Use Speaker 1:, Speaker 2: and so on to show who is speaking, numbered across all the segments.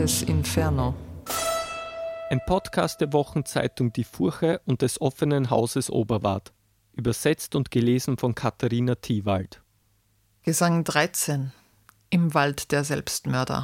Speaker 1: Dantes Inferno.
Speaker 2: Ein Podcast der Wochenzeitung Die Furche und des Offenen Hauses Oberwart. Übersetzt und gelesen von Katharina Thiewald.
Speaker 1: Gesang 13. Im Wald der Selbstmörder.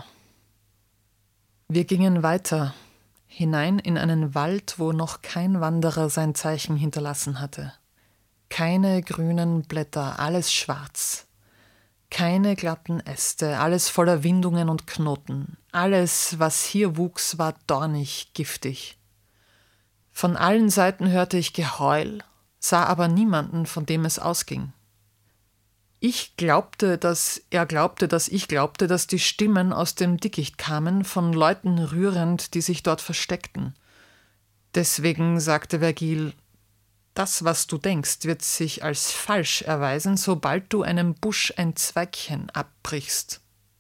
Speaker 1: Wir gingen weiter, hinein in einen Wald, wo noch kein Wanderer sein Zeichen hinterlassen hatte. Keine grünen Blätter, alles schwarz. Keine glatten Äste, alles voller Windungen und Knoten. Alles, was hier wuchs, war dornig, giftig. Von allen Seiten hörte ich Geheul, sah aber niemanden, von dem es ausging. Ich glaubte, dass er glaubte, dass ich glaubte, dass die Stimmen aus dem Dickicht kamen, von Leuten rührend, die sich dort versteckten. Deswegen sagte Vergil: Das, was du denkst, wird sich als falsch erweisen, sobald du einem Busch ein Zweigchen abbrichst.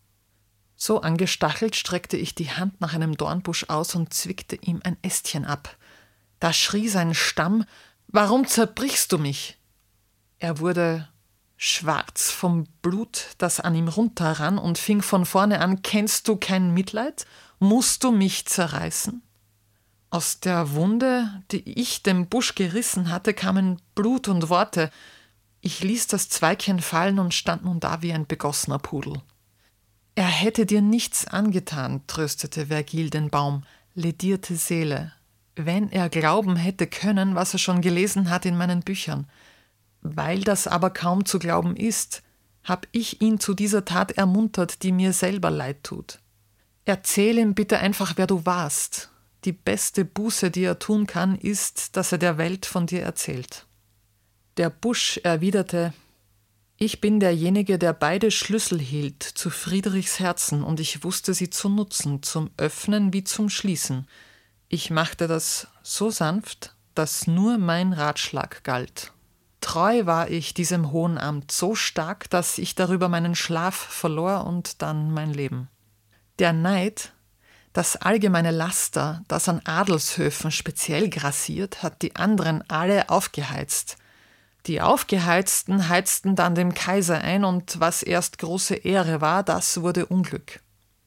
Speaker 1: So angestachelt streckte ich die Hand nach einem Dornbusch aus und zwickte ihm ein Ästchen ab. Da schrie sein Stamm: Warum zerbrichst du mich? Er wurde schwarz vom Blut, das an ihm runterrann, und fing von vorne an: Kennst du kein Mitleid? Musst du mich zerreißen? Aus der Wunde, die ich dem Busch gerissen hatte, kamen Blut und Worte. Ich ließ das Zweigchen fallen und stand nun da wie ein begossener Pudel. Er hätte dir nichts angetan, tröstete Vergil den Baum, ledierte Seele. Wenn er glauben hätte können, was er schon gelesen hat in meinen Büchern. Weil das aber kaum zu glauben ist, hab ich ihn zu dieser Tat ermuntert, die mir selber leid tut. Erzähl ihm bitte einfach, wer du warst. Die beste Buße, die er tun kann, ist, dass er der Welt von dir erzählt. Der Busch erwiderte: Ich bin derjenige, der beide Schlüssel hielt zu Friedrichs Herzen, und ich wusste sie zu nutzen, zum Öffnen wie zum Schließen. Ich machte das so sanft, dass nur mein Ratschlag galt. Treu war ich diesem hohen Amt, so stark, dass ich darüber meinen Schlaf verlor und dann mein Leben. Der Neid, das allgemeine Laster, das an Adelshöfen speziell grassiert, hat die anderen alle aufgeheizt. Die Aufgeheizten heizten dann dem Kaiser ein, und was erst große Ehre war, das wurde Unglück.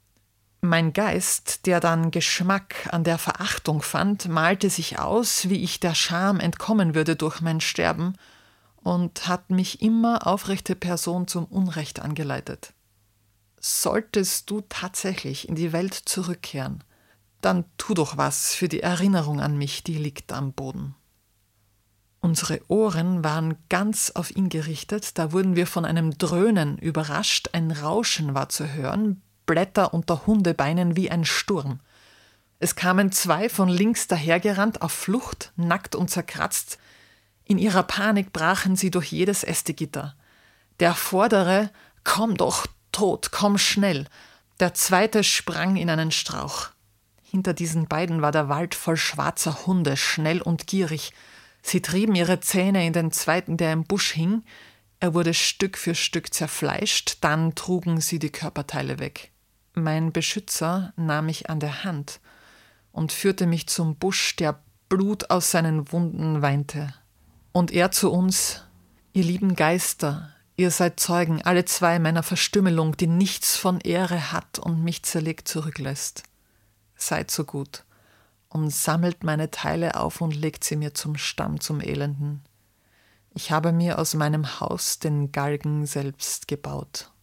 Speaker 1: Mein Geist, der dann Geschmack an der Verachtung fand, malte sich aus, wie ich der Scham entkommen würde durch mein Sterben, und hat mich immer aufrechte Person zum Unrecht angeleitet. Solltest du tatsächlich in die Welt zurückkehren, dann tu doch was für die Erinnerung an mich, die liegt am Boden. Unsere Ohren waren ganz auf ihn gerichtet, da wurden wir von einem Dröhnen überrascht, ein Rauschen war zu hören, Blätter unter Hundebeinen wie ein Sturm. Es kamen zwei von links dahergerannt, auf Flucht, nackt und zerkratzt. In ihrer Panik brachen sie durch jedes Ästegitter. Der Vordere: Komm doch, Tod, komm schnell. Der Zweite sprang in einen Strauch. Hinter diesen beiden war der Wald voll schwarzer Hunde, schnell und gierig. Sie trieben ihre Zähne in den Zweiten, der im Busch hing. Er wurde Stück für Stück zerfleischt, dann trugen sie die Körperteile weg. Mein Beschützer nahm mich an der Hand und führte mich zum Busch, der Blut aus seinen Wunden weinte. Und er zu uns: Ihr lieben Geister, ihr seid Zeugen, alle zwei, meiner Verstümmelung, die nichts von Ehre hat und mich zerlegt zurücklässt. Seid so gut und sammelt meine Teile auf und legt sie mir zum Stamm, zum Elenden. Ich habe mir aus meinem Haus den Galgen selbst gebaut.